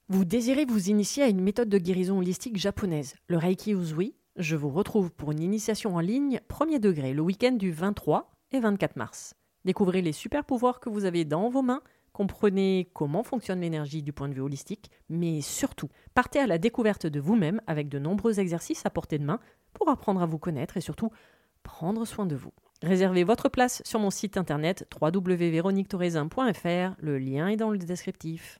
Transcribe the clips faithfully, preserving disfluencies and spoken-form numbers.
Vous désirez vous initier à une méthode de guérison holistique japonaise, le Reiki Usui? Je vous retrouve pour une initiation en ligne premier degré le week-end du vingt-trois et vingt-quatre mars. Découvrez les super pouvoirs que vous avez dans vos mains, comprenez comment fonctionne l'énergie du point de vue holistique, mais surtout, partez à la découverte de vous-même avec de nombreux exercices à portée de main pour apprendre à vous connaître et surtout prendre soin de vous. Réservez votre place sur mon site internet w w w point véronique thorezin point f r, le lien est dans le descriptif.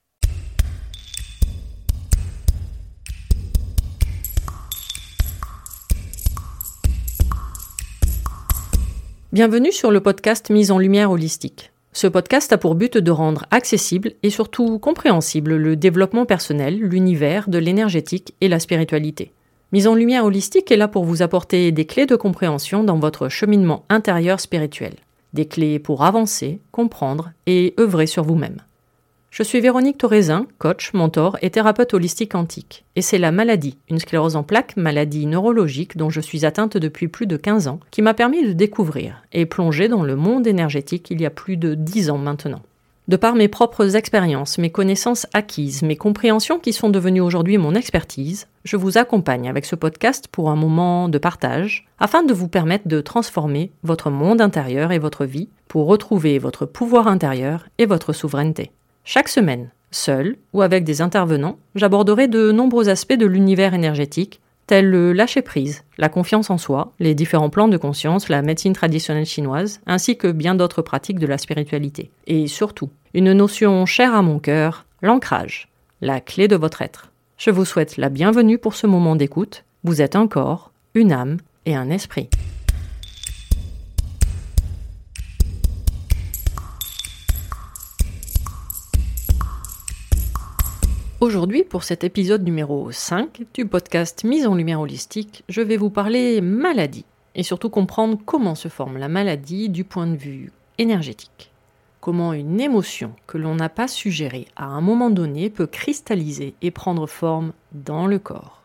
Bienvenue sur le podcast Mise en lumière holistique. Ce podcast a pour but de rendre accessible et surtout compréhensible le développement personnel, l'univers de l'énergétique et la spiritualité. Mise en lumière holistique est là pour vous apporter des clés de compréhension dans votre cheminement intérieur spirituel. Des clés pour avancer, comprendre et œuvrer sur vous-même. Je suis Véronique Thorezin, coach, mentor et thérapeute holistique quantique. Et c'est la maladie, une sclérose en plaques, maladie neurologique dont je suis atteinte depuis plus de quinze ans, qui m'a permis de découvrir et plonger dans le monde énergétique il y a plus de dix ans maintenant. De par mes propres expériences, mes connaissances acquises, mes compréhensions qui sont devenues aujourd'hui mon expertise, je vous accompagne avec ce podcast pour un moment de partage, afin de vous permettre de transformer votre monde intérieur et votre vie pour retrouver votre pouvoir intérieur et votre souveraineté. Chaque semaine, seul ou avec des intervenants, j'aborderai de nombreux aspects de l'univers énergétique, tels le lâcher-prise, la confiance en soi, les différents plans de conscience, la médecine traditionnelle chinoise, ainsi que bien d'autres pratiques de la spiritualité. Et surtout, une notion chère à mon cœur, l'ancrage, la clé de votre être. Je vous souhaite la bienvenue pour ce moment d'écoute. Vous êtes un corps, une âme et un esprit. Aujourd'hui, pour cet épisode numéro cinq du podcast Mise en lumière holistique, je vais vous parler maladie et surtout comprendre comment se forme la maladie du point de vue énergétique. Comment une émotion que l'on n'a pas su gérer à un moment donné peut cristalliser et prendre forme dans le corps.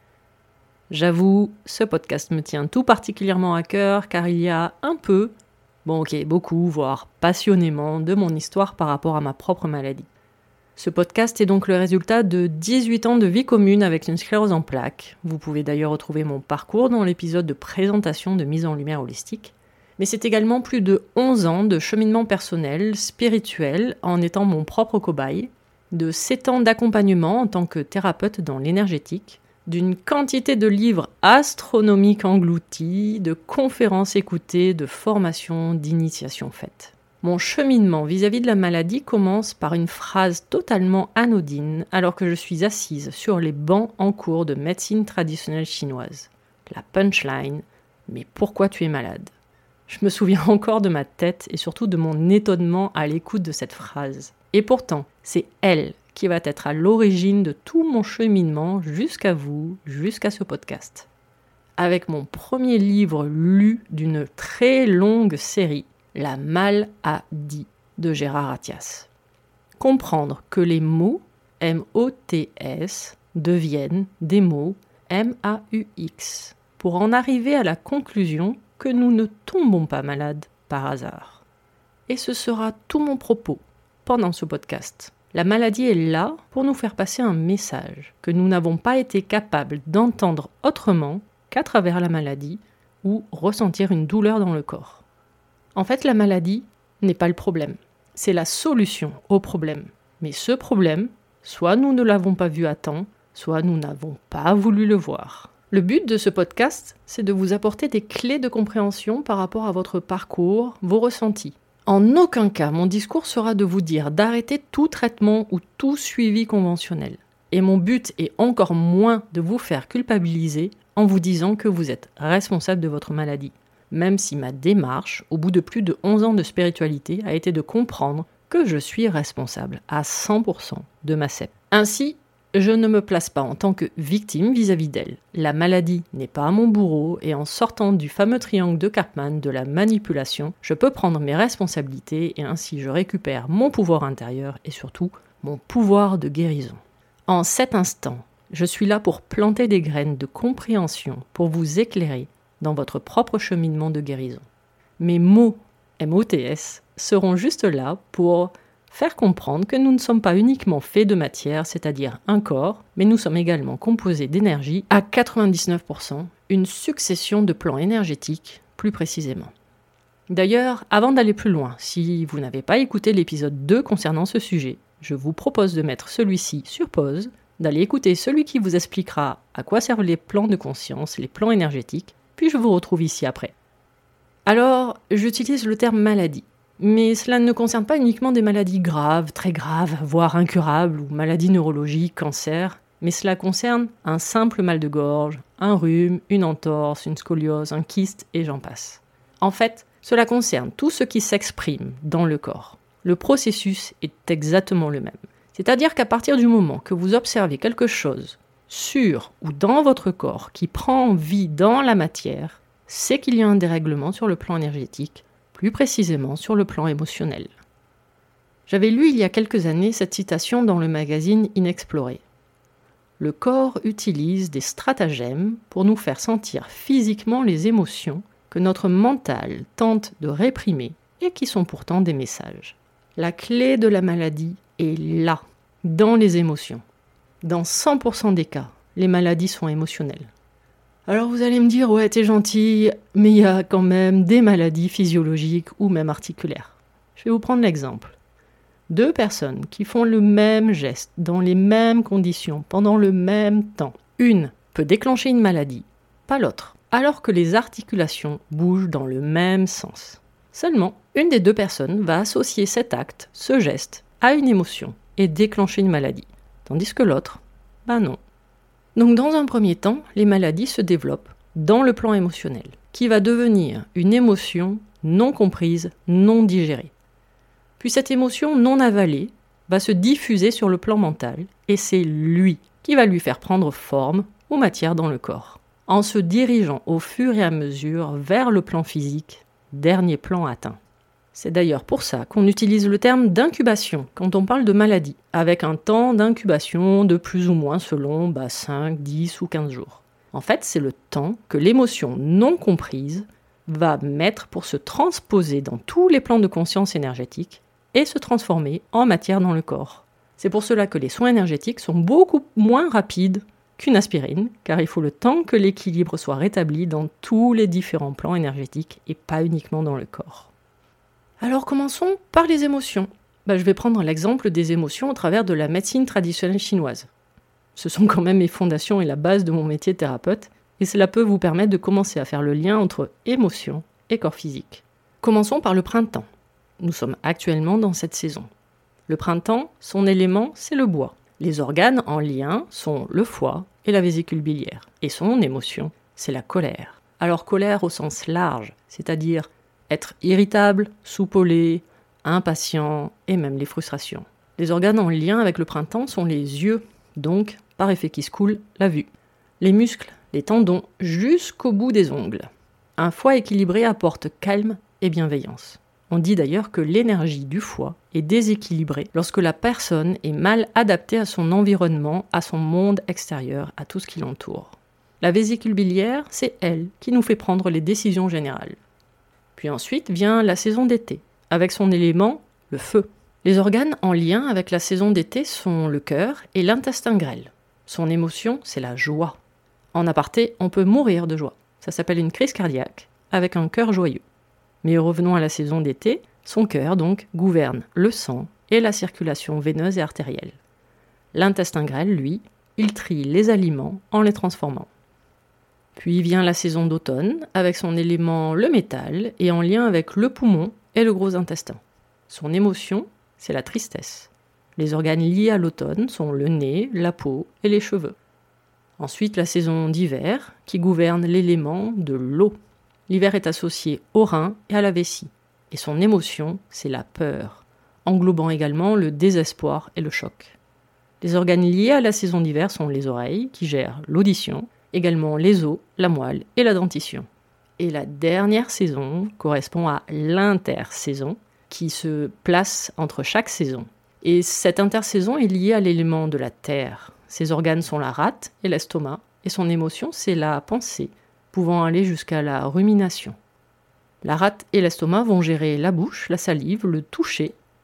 J'avoue, ce podcast me tient tout particulièrement à cœur car il y a un peu, bon ok, beaucoup, voire passionnément, de mon histoire par rapport à ma propre maladie. Ce podcast est donc le résultat de dix-huit ans de vie commune avec une sclérose en plaques. Vous pouvez d'ailleurs retrouver mon parcours dans l'épisode de présentation de Mise en lumière holistique. Mais c'est également plus de onze ans de cheminement personnel, spirituel, en étant mon propre cobaye, de sept ans d'accompagnement en tant que thérapeute dans l'énergétique, d'une quantité de livres astronomiques engloutis, de conférences écoutées, de formations, d'initiations faites. Mon cheminement vis-à-vis de la maladie commence par une phrase totalement anodine alors que je suis assise sur les bancs en cours de médecine traditionnelle chinoise. La punchline « Mais pourquoi tu es malade ?» Je me souviens encore de ma tête et surtout de mon étonnement à l'écoute de cette phrase. Et pourtant, c'est elle qui va être à l'origine de tout mon cheminement jusqu'à vous, jusqu'à ce podcast. Avec mon premier livre lu d'une très longue série, La maladie de Gérard Attias. Comprendre que les mots M O T S deviennent des mots M A U X pour en arriver à la conclusion que nous ne tombons pas malades par hasard. Et ce sera tout mon propos pendant ce podcast. La maladie est là pour nous faire passer un message que nous n'avons pas été capables d'entendre autrement qu'à travers la maladie ou ressentir une douleur dans le corps. En fait, la maladie n'est pas le problème, c'est la solution au problème. Mais ce problème, soit nous ne l'avons pas vu à temps, soit nous n'avons pas voulu le voir. Le but de ce podcast, c'est de vous apporter des clés de compréhension par rapport à votre parcours, vos ressentis. En aucun cas, mon discours sera de vous dire d'arrêter tout traitement ou tout suivi conventionnel. Et mon but est encore moins de vous faire culpabiliser en vous disant que vous êtes responsable de votre maladie. Même si ma démarche, au bout de plus de onze ans de spiritualité, a été de comprendre que je suis responsable à cent pour cent de ma C E P. Ainsi, je ne me place pas en tant que victime vis-à-vis d'elle. La maladie n'est pas mon bourreau et en sortant du fameux triangle de Karpman de la manipulation, je peux prendre mes responsabilités et ainsi je récupère mon pouvoir intérieur et surtout mon pouvoir de guérison. En cet instant, je suis là pour planter des graines de compréhension, pour vous éclairer dans votre propre cheminement de guérison. Mes mots M O T S seront juste là pour faire comprendre que nous ne sommes pas uniquement faits de matière, c'est-à-dire un corps, mais nous sommes également composés d'énergie à quatre-vingt-dix-neuf pour cent, une succession de plans énergétiques plus précisément. D'ailleurs, avant d'aller plus loin, si vous n'avez pas écouté l'épisode deux concernant ce sujet, je vous propose de mettre celui-ci sur pause, d'aller écouter celui qui vous expliquera à quoi servent les plans de conscience, les plans énergétiques, puis je vous retrouve ici après. Alors, j'utilise le terme maladie, mais cela ne concerne pas uniquement des maladies graves, très graves, voire incurables, ou maladies neurologiques, cancer, mais cela concerne un simple mal de gorge, un rhume, une entorse, une scoliose, un kyste, et j'en passe. En fait, cela concerne tout ce qui s'exprime dans le corps. Le processus est exactement le même. C'est-à-dire qu'à partir du moment que vous observez quelque chose sur ou dans votre corps qui prend vie dans la matière, c'est qu'il y a un dérèglement sur le plan énergétique, plus précisément sur le plan émotionnel. J'avais lu il y a quelques années cette citation dans le magazine Inexploré. Le corps utilise des stratagèmes pour nous faire sentir physiquement les émotions que notre mental tente de réprimer et qui sont pourtant des messages. La clé de la maladie est là, dans les émotions. Dans cent pour cent des cas, les maladies sont émotionnelles. Alors vous allez me dire, ouais, t'es gentil, mais il y a quand même des maladies physiologiques ou même articulaires. Je vais vous prendre l'exemple. Deux personnes qui font le même geste, dans les mêmes conditions, pendant le même temps. Une peut déclencher une maladie, pas l'autre, alors que les articulations bougent dans le même sens. Seulement, une des deux personnes va associer cet acte, ce geste, à une émotion et déclencher une maladie, tandis que l'autre, ben non. Donc dans un premier temps, les maladies se développent dans le plan émotionnel, qui va devenir une émotion non comprise, non digérée. Puis cette émotion non avalée va se diffuser sur le plan mental, et c'est lui qui va lui faire prendre forme ou matière dans le corps, en se dirigeant au fur et à mesure vers le plan physique, dernier plan atteint. C'est d'ailleurs pour ça qu'on utilise le terme d'incubation quand on parle de maladie, avec un temps d'incubation de plus ou moins selon bah, cinq, dix ou quinze jours. En fait, c'est le temps que l'émotion non comprise va mettre pour se transposer dans tous les plans de conscience énergétique et se transformer en matière dans le corps. C'est pour cela que les soins énergétiques sont beaucoup moins rapides qu'une aspirine, car il faut le temps que l'équilibre soit rétabli dans tous les différents plans énergétiques et pas uniquement dans le corps. Alors commençons par les émotions. Bah, je vais prendre l'exemple des émotions au travers de la médecine traditionnelle chinoise. Ce sont quand même mes fondations et la base de mon métier de thérapeute, et cela peut vous permettre de commencer à faire le lien entre émotion et corps physique. Commençons par le printemps. Nous sommes actuellement dans cette saison. Le printemps, son élément, c'est le bois. Les organes en lien sont le foie et la vésicule biliaire. Et son émotion, c'est la colère. Alors colère au sens large, c'est-à-dire être irritable, soupolé, impatient et même les frustrations. Les organes en lien avec le printemps sont les yeux, donc, par effet qui se coule, la vue. Les muscles, les tendons, jusqu'au bout des ongles. Un foie équilibré apporte calme et bienveillance. On dit d'ailleurs que l'énergie du foie est déséquilibrée lorsque la personne est mal adaptée à son environnement, à son monde extérieur, à tout ce qui l'entoure. La vésicule biliaire, c'est elle qui nous fait prendre les décisions générales. Puis ensuite vient la saison d'été, avec son élément, le feu. Les organes en lien avec la saison d'été sont le cœur et l'intestin grêle. Son émotion, c'est la joie. En aparté, on peut mourir de joie. Ça s'appelle une crise cardiaque, avec un cœur joyeux. Mais revenons à la saison d'été, son cœur donc gouverne le sang et la circulation veineuse et artérielle. L'intestin grêle, lui, il trie les aliments en les transformant. Puis vient la saison d'automne, avec son élément le métal et en lien avec le poumon et le gros intestin. Son émotion, c'est la tristesse. Les organes liés à l'automne sont le nez, la peau et les cheveux. Ensuite, la saison d'hiver, qui gouverne l'élément de l'eau. L'hiver est associé au rein et à la vessie. Et son émotion, c'est la peur, englobant également le désespoir et le choc. Les organes liés à la saison d'hiver sont les oreilles, qui gèrent l'audition, également les os, la moelle et la dentition. Et la dernière saison correspond à l'intersaison, qui se place entre chaque saison. Et cette intersaison est liée à l'élément de la terre. Ses organes sont la rate et l'estomac, et son émotion, c'est la pensée, pouvant aller jusqu'à la rumination. La rate et l'estomac vont gérer la bouche, la salive, le toucher,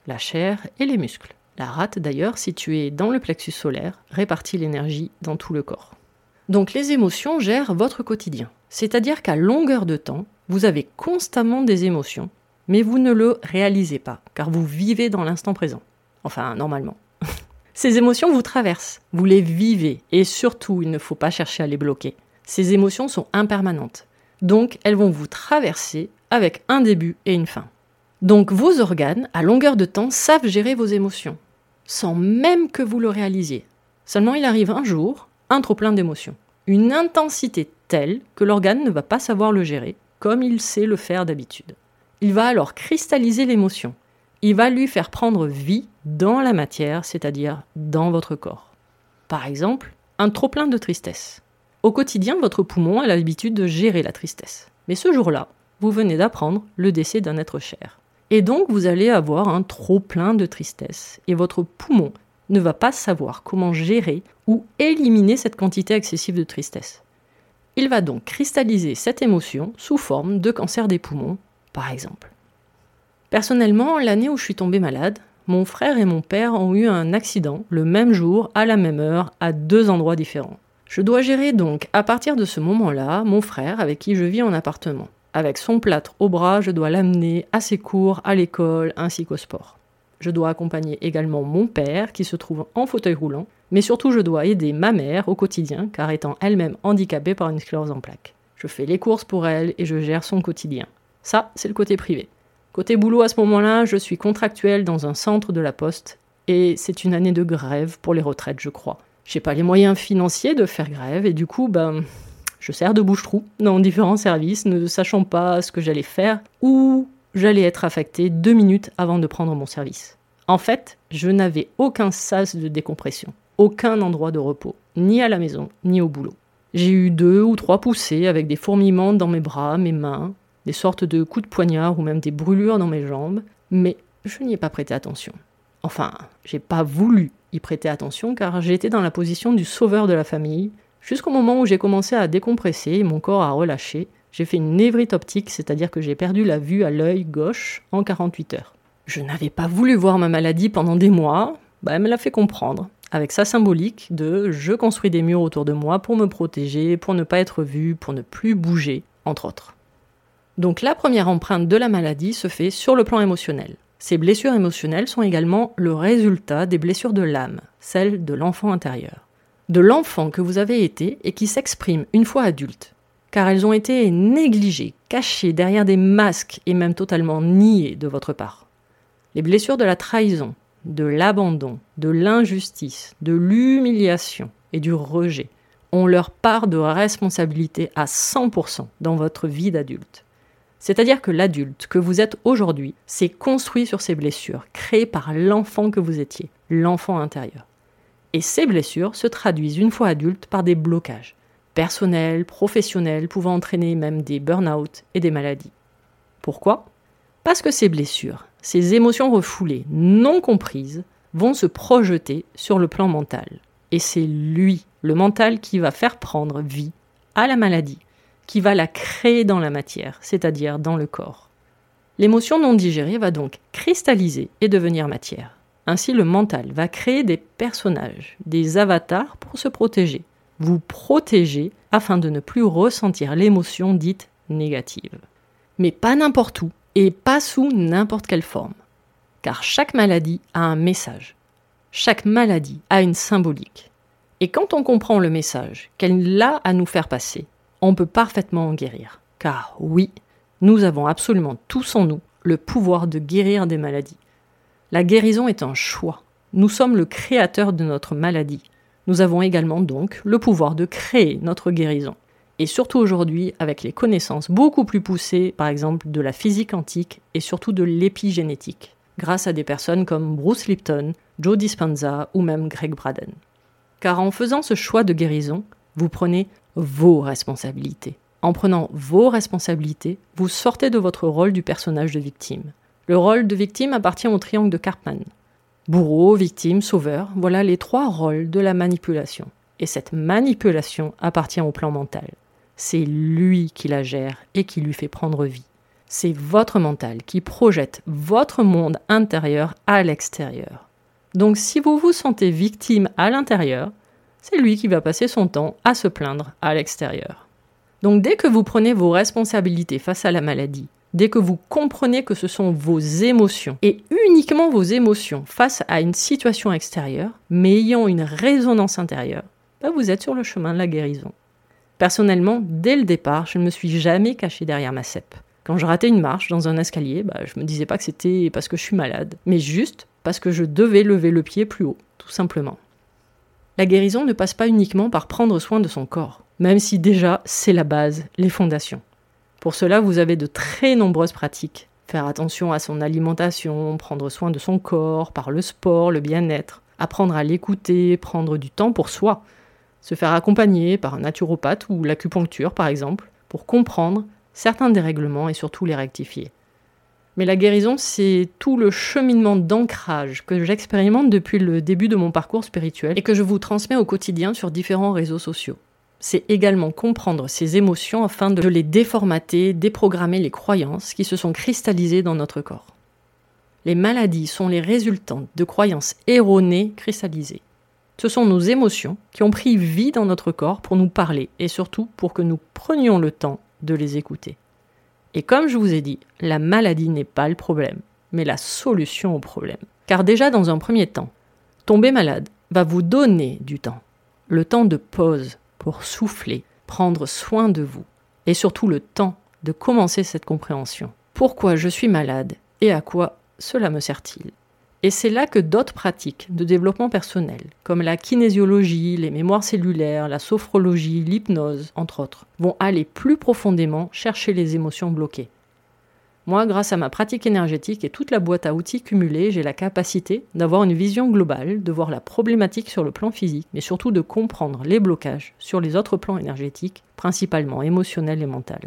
la chair et les muscles. La rate d'ailleurs, située dans le plexus solaire, répartit l'énergie dans tout le corps. Donc les émotions gèrent votre quotidien. C'est-à-dire qu'à longueur de temps, vous avez constamment des émotions, mais vous ne le réalisez pas, car vous vivez dans l'instant présent. Enfin, normalement. Ces émotions vous traversent, vous les vivez, et surtout, il ne faut pas chercher à les bloquer. Ces émotions sont impermanentes, donc elles vont vous traverser avec un début et une fin. Donc vos organes, à longueur de temps, savent gérer vos émotions, sans même que vous le réalisiez. Seulement il arrive un jour, un trop-plein d'émotions. Une intensité telle que l'organe ne va pas savoir le gérer, comme il sait le faire d'habitude. Il va alors cristalliser l'émotion. Il va lui faire prendre vie dans la matière, c'est-à-dire dans votre corps. Par exemple, un trop-plein de tristesse. Au quotidien, votre poumon a l'habitude de gérer la tristesse. Mais ce jour-là, vous venez d'apprendre le décès d'un être cher. Et donc, vous allez avoir un trop-plein de tristesse. Et votre poumon ne va pas savoir comment gérer ou éliminer cette quantité excessive de tristesse. Il va donc cristalliser cette émotion sous forme de cancer des poumons, par exemple. Personnellement, l'année où je suis tombée malade, mon frère et mon père ont eu un accident le même jour, à la même heure, à deux endroits différents. Je dois gérer donc, à partir de ce moment-là, mon frère avec qui je vis en appartement. Avec son plâtre au bras, je dois l'amener à ses cours, à l'école, ainsi qu'au sport. Je dois accompagner également mon père, qui se trouve en fauteuil roulant, mais surtout je dois aider ma mère au quotidien, car étant elle-même handicapée par une sclérose en plaques. Je fais les courses pour elle et je gère son quotidien. Ça, c'est le côté privé. Côté boulot, à ce moment-là, je suis contractuelle dans un centre de la Poste, et c'est une année de grève pour les retraites, je crois. J'ai pas les moyens financiers de faire grève, et du coup, ben, je sers de bouche-trou dans différents services, ne sachant pas ce que j'allais faire, ou j'allais être affectée deux minutes avant de prendre mon service. En fait, je n'avais aucun sas de décompression, aucun endroit de repos, ni à la maison, ni au boulot. J'ai eu deux ou trois poussées avec des fourmillements dans mes bras, mes mains, des sortes de coups de poignard ou même des brûlures dans mes jambes, mais je n'y ai pas prêté attention. Enfin, j'ai pas voulu y prêter attention car j'étais dans la position du sauveur de la famille, jusqu'au moment où j'ai commencé à décompresser et mon corps a relâché. J'ai fait une névrite optique, c'est-à-dire que j'ai perdu la vue à l'œil gauche en quarante-huit heures. Je n'avais pas voulu voir ma maladie pendant des mois, bah elle me l'a fait comprendre, avec sa symbolique de « je construis des murs autour de moi pour me protéger, pour ne pas être vue, pour ne plus bouger », entre autres. Donc la première empreinte de la maladie se fait sur le plan émotionnel. Ces blessures émotionnelles sont également le résultat des blessures de l'âme, celles de l'enfant intérieur. De l'enfant que vous avez été et qui s'exprime une fois adulte, car elles ont été négligées, cachées derrière des masques et même totalement niées de votre part. Les blessures de la trahison, de l'abandon, de l'injustice, de l'humiliation et du rejet ont leur part de responsabilité à cent pour cent dans votre vie d'adulte. C'est-à-dire que l'adulte que vous êtes aujourd'hui s'est construit sur ces blessures, créées par l'enfant que vous étiez, l'enfant intérieur. Et ces blessures se traduisent une fois adultes par des blocages, personnels, professionnels, pouvant entraîner même des burn-out et des maladies. Pourquoi ? Parce que ces blessures, ces émotions refoulées, non comprises, vont se projeter sur le plan mental. Et c'est lui, le mental, qui va faire prendre vie à la maladie, qui va la créer dans la matière, c'est-à-dire dans le corps. L'émotion non digérée va donc cristalliser et devenir matière. Ainsi, le mental va créer des personnages, des avatars pour se protéger. Vous protéger afin de ne plus ressentir l'émotion dite négative. Mais pas n'importe où et pas sous n'importe quelle forme. Car chaque maladie a un message. Chaque maladie a une symbolique. Et quand on comprend le message qu'elle a à nous faire passer, on peut parfaitement en guérir. Car oui, nous avons absolument tous en nous le pouvoir de guérir des maladies. La guérison est un choix. Nous sommes le créateur de notre maladie. Nous avons également donc le pouvoir de créer notre guérison. Et surtout aujourd'hui, avec les connaissances beaucoup plus poussées, par exemple de la physique quantique et surtout de l'épigénétique, grâce à des personnes comme Bruce Lipton, Joe Dispenza ou même Greg Braden. Car en faisant ce choix de guérison, vous prenez vos responsabilités. En prenant vos responsabilités, vous sortez de votre rôle du personnage de victime. Le rôle de victime appartient au triangle de Karpman. Bourreau, victime, sauveur, voilà les trois rôles de la manipulation. Et cette manipulation appartient au plan mental. C'est lui qui la gère et qui lui fait prendre vie. C'est votre mental qui projette votre monde intérieur à l'extérieur. Donc si vous vous sentez victime à l'intérieur, c'est lui qui va passer son temps à se plaindre à l'extérieur. Donc dès que vous prenez vos responsabilités face à la maladie, dès que vous comprenez que ce sont vos émotions, et uniquement vos émotions face à une situation extérieure, mais ayant une résonance intérieure, bah vous êtes sur le chemin de la guérison. Personnellement, dès le départ, je ne me suis jamais cachée derrière ma C E P. Quand je ratais une marche dans un escalier, bah, je me disais pas que c'était parce que je suis malade, mais juste parce que je devais lever le pied plus haut, tout simplement. La guérison ne passe pas uniquement par prendre soin de son corps, même si déjà c'est la base, les fondations. Pour cela, vous avez de très nombreuses pratiques. Faire attention à son alimentation, prendre soin de son corps, par le sport, le bien-être, apprendre à l'écouter, prendre du temps pour soi, se faire accompagner par un naturopathe ou l'acupuncture par exemple, pour comprendre certains dérèglements et surtout les rectifier. Mais la guérison, c'est tout le cheminement d'ancrage que j'expérimente depuis le début de mon parcours spirituel et que je vous transmets au quotidien sur différents réseaux sociaux. C'est également comprendre ces émotions afin de les déformater, déprogrammer les croyances qui se sont cristallisées dans notre corps. Les maladies sont les résultantes de croyances erronées cristallisées. Ce sont nos émotions qui ont pris vie dans notre corps pour nous parler et surtout pour que nous prenions le temps de les écouter. Et comme je vous ai dit, la maladie n'est pas le problème, mais la solution au problème. Car déjà dans un premier temps, tomber malade va vous donner du temps. Le temps de pause pour souffler, prendre soin de vous. Et surtout le temps de commencer cette compréhension. Pourquoi je suis malade et à quoi cela me sert-il ? Et c'est là que d'autres pratiques de développement personnel, comme la kinésiologie, les mémoires cellulaires, la sophrologie, l'hypnose, entre autres, vont aller plus profondément chercher les émotions bloquées. Moi, grâce à ma pratique énergétique et toute la boîte à outils cumulée, j'ai la capacité d'avoir une vision globale, de voir la problématique sur le plan physique, mais surtout de comprendre les blocages sur les autres plans énergétiques, principalement émotionnels et mentaux.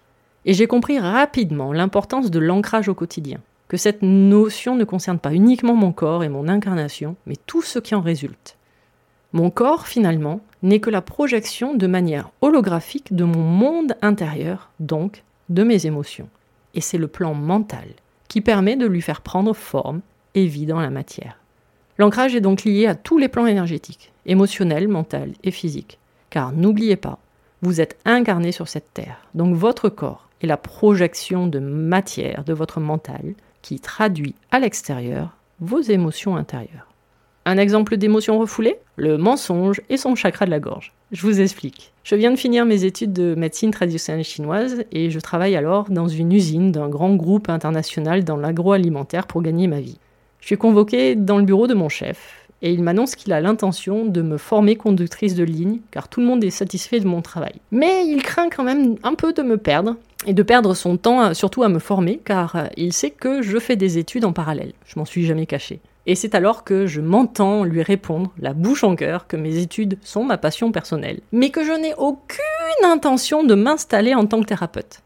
Et j'ai compris rapidement l'importance de l'ancrage au quotidien. Que cette notion ne concerne pas uniquement mon corps et mon incarnation, mais tout ce qui en résulte. Mon corps, finalement, n'est que la projection de manière holographique de mon monde intérieur, donc de mes émotions. Et c'est le plan mental qui permet de lui faire prendre forme et vie dans la matière. L'ancrage est donc lié à tous les plans énergétiques, émotionnel, mental et physique. Car n'oubliez pas, vous êtes incarné sur cette terre, donc votre corps est la projection de matière de votre mental, qui traduit à l'extérieur vos émotions intérieures. Un exemple d'émotion refoulée ? Le mensonge et son chakra de la gorge. Je vous explique. Je viens de finir mes études de médecine traditionnelle chinoise et je travaille alors dans une usine d'un grand groupe international dans l'agroalimentaire pour gagner ma vie. Je suis convoquée dans le bureau de mon chef et il m'annonce qu'il a l'intention de me former conductrice de ligne car tout le monde est satisfait de mon travail. Mais il craint quand même un peu de me perdre et de perdre son temps surtout à me former car il sait que je fais des études en parallèle. Je m'en suis jamais cachée. Et c'est alors que je m'entends lui répondre, la bouche en cœur, que mes études sont ma passion personnelle, mais que je n'ai aucune intention de m'installer en tant que thérapeute.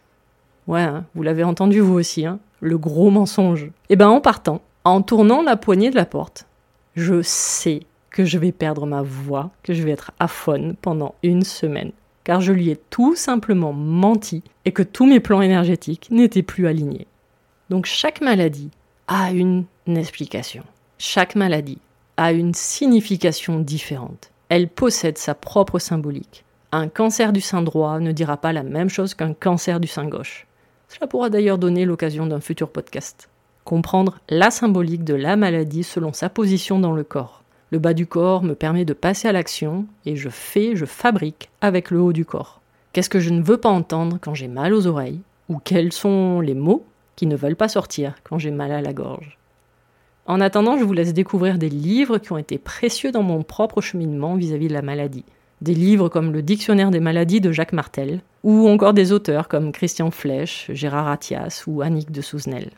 Ouais, hein, vous l'avez entendu vous aussi, hein, le gros mensonge. Et ben en partant, en tournant la poignée de la porte, je sais que je vais perdre ma voix, que je vais être aphone pendant une semaine, car je lui ai tout simplement menti et que tous mes plans énergétiques n'étaient plus alignés. Donc chaque maladie a une explication. Chaque maladie a une signification différente. Elle possède sa propre symbolique. Un cancer du sein droit ne dira pas la même chose qu'un cancer du sein gauche. Cela pourra d'ailleurs donner l'occasion d'un futur podcast. Comprendre la symbolique de la maladie selon sa position dans le corps. Le bas du corps me permet de passer à l'action et je fais, je fabrique avec le haut du corps. Qu'est-ce que je ne veux pas entendre quand j'ai mal aux oreilles ? Ou quels sont les mots qui ne veulent pas sortir quand j'ai mal à la gorge. En attendant, je vous laisse découvrir des livres qui ont été précieux dans mon propre cheminement vis-à-vis de la maladie. Des livres comme le Dictionnaire des maladies de Jacques Martel, ou encore des auteurs comme Christian Flech, Gérard Attias ou Annick de Souzenel.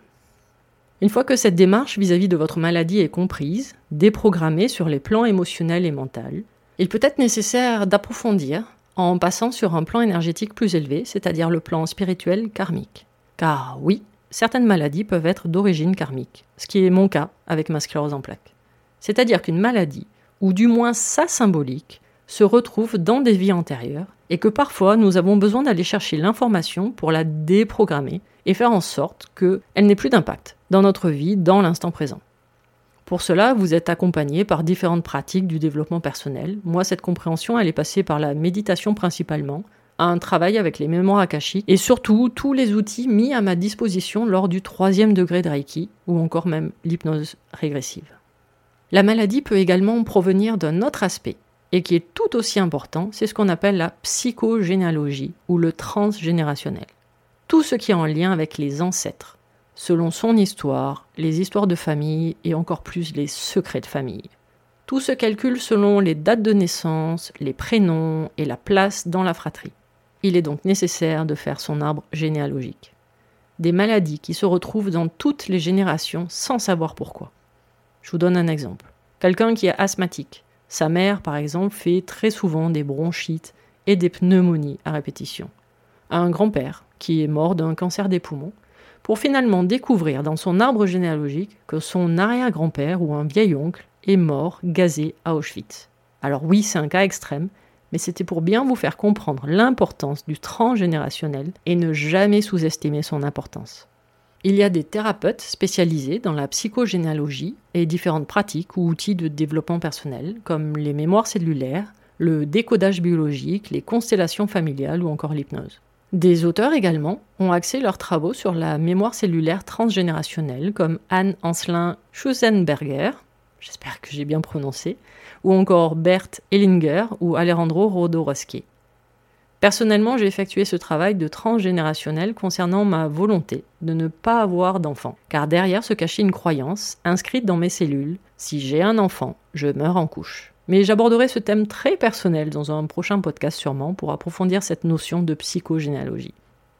Une fois que cette démarche vis-à-vis de votre maladie est comprise, déprogrammée sur les plans émotionnels et mentaux, il peut être nécessaire d'approfondir en passant sur un plan énergétique plus élevé, c'est-à-dire le plan spirituel karmique. Car oui, certaines maladies peuvent être d'origine karmique, ce qui est mon cas avec ma sclérose en plaques. C'est-à-dire qu'une maladie, ou du moins sa symbolique, se retrouve dans des vies antérieures et que parfois nous avons besoin d'aller chercher l'information pour la déprogrammer et faire en sorte qu'elle n'ait plus d'impact dans notre vie, dans l'instant présent. Pour cela, vous êtes accompagné par différentes pratiques du développement personnel. Moi, cette compréhension, elle est passée par la méditation principalement, un travail avec les mémoires akashiques et surtout tous les outils mis à ma disposition lors du troisième degré de Reiki ou encore même l'hypnose régressive. La maladie peut également provenir d'un autre aspect et qui est tout aussi important, c'est ce qu'on appelle la psychogénéalogie ou le transgénérationnel. Tout ce qui est en lien avec les ancêtres, selon son histoire, les histoires de famille et encore plus les secrets de famille. Tout se calcule selon les dates de naissance, les prénoms et la place dans la fratrie. Il est donc nécessaire de faire son arbre généalogique. Des maladies qui se retrouvent dans toutes les générations sans savoir pourquoi. Je vous donne un exemple. Quelqu'un qui est asthmatique. Sa mère, par exemple, fait très souvent des bronchites et des pneumonies à répétition. Un grand-père qui est mort d'un cancer des poumons, pour finalement découvrir dans son arbre généalogique que son arrière-grand-père ou un vieil oncle est mort gazé à Auschwitz. Alors oui, c'est un cas extrême, mais c'était pour bien vous faire comprendre l'importance du transgénérationnel et ne jamais sous-estimer son importance. Il y a des thérapeutes spécialisés dans la psychogénéalogie et différentes pratiques ou outils de développement personnel, comme les mémoires cellulaires, le décodage biologique, les constellations familiales ou encore l'hypnose. Des auteurs également ont axé leurs travaux sur la mémoire cellulaire transgénérationnelle, comme Anne Ancelin Schusenberger, j'espère que j'ai bien prononcé, ou encore Bert Hellinger ou Alejandro Jodorowsky. Personnellement, j'ai effectué ce travail de transgénérationnel concernant ma volonté de ne pas avoir d'enfant, car derrière se cachait une croyance inscrite dans mes cellules, si j'ai un enfant, je meurs en couche. Mais j'aborderai ce thème très personnel dans un prochain podcast sûrement pour approfondir cette notion de psychogénéalogie.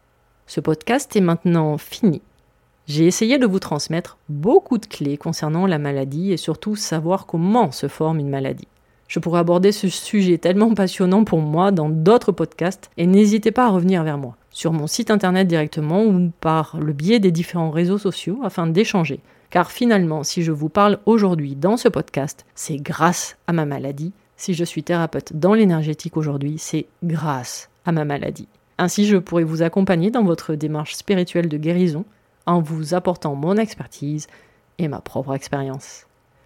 Ce podcast est maintenant fini. J'ai essayé de vous transmettre beaucoup de clés concernant la maladie et surtout savoir comment se forme une maladie. Je pourrais aborder ce sujet tellement passionnant pour moi dans d'autres podcasts et n'hésitez pas à revenir vers moi, sur mon site internet directement ou par le biais des différents réseaux sociaux afin d'échanger. Car finalement, si je vous parle aujourd'hui dans ce podcast, c'est grâce à ma maladie. Si je suis thérapeute dans l'énergétique aujourd'hui, c'est grâce à ma maladie. Ainsi, je pourrai vous accompagner dans votre démarche spirituelle de guérison en vous apportant mon expertise et ma propre expérience.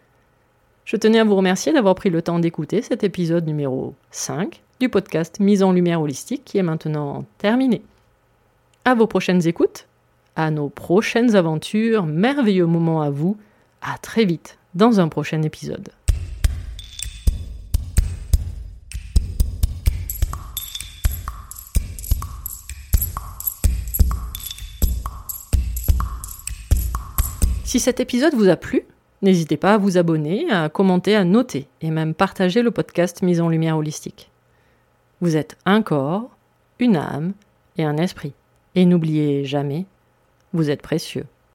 Je tenais à vous remercier d'avoir pris le temps d'écouter cet épisode numéro cinq du podcast Mise en Lumière Holistique qui est maintenant terminé. À vos prochaines écoutes, à nos prochaines aventures, merveilleux moments à vous, à très vite dans un prochain épisode. Si cet épisode vous a plu, n'hésitez pas à vous abonner, à commenter, à noter et même partager le podcast Mise en Lumière Holistique. Vous êtes un corps, une âme et un esprit. Et n'oubliez jamais, vous êtes précieux.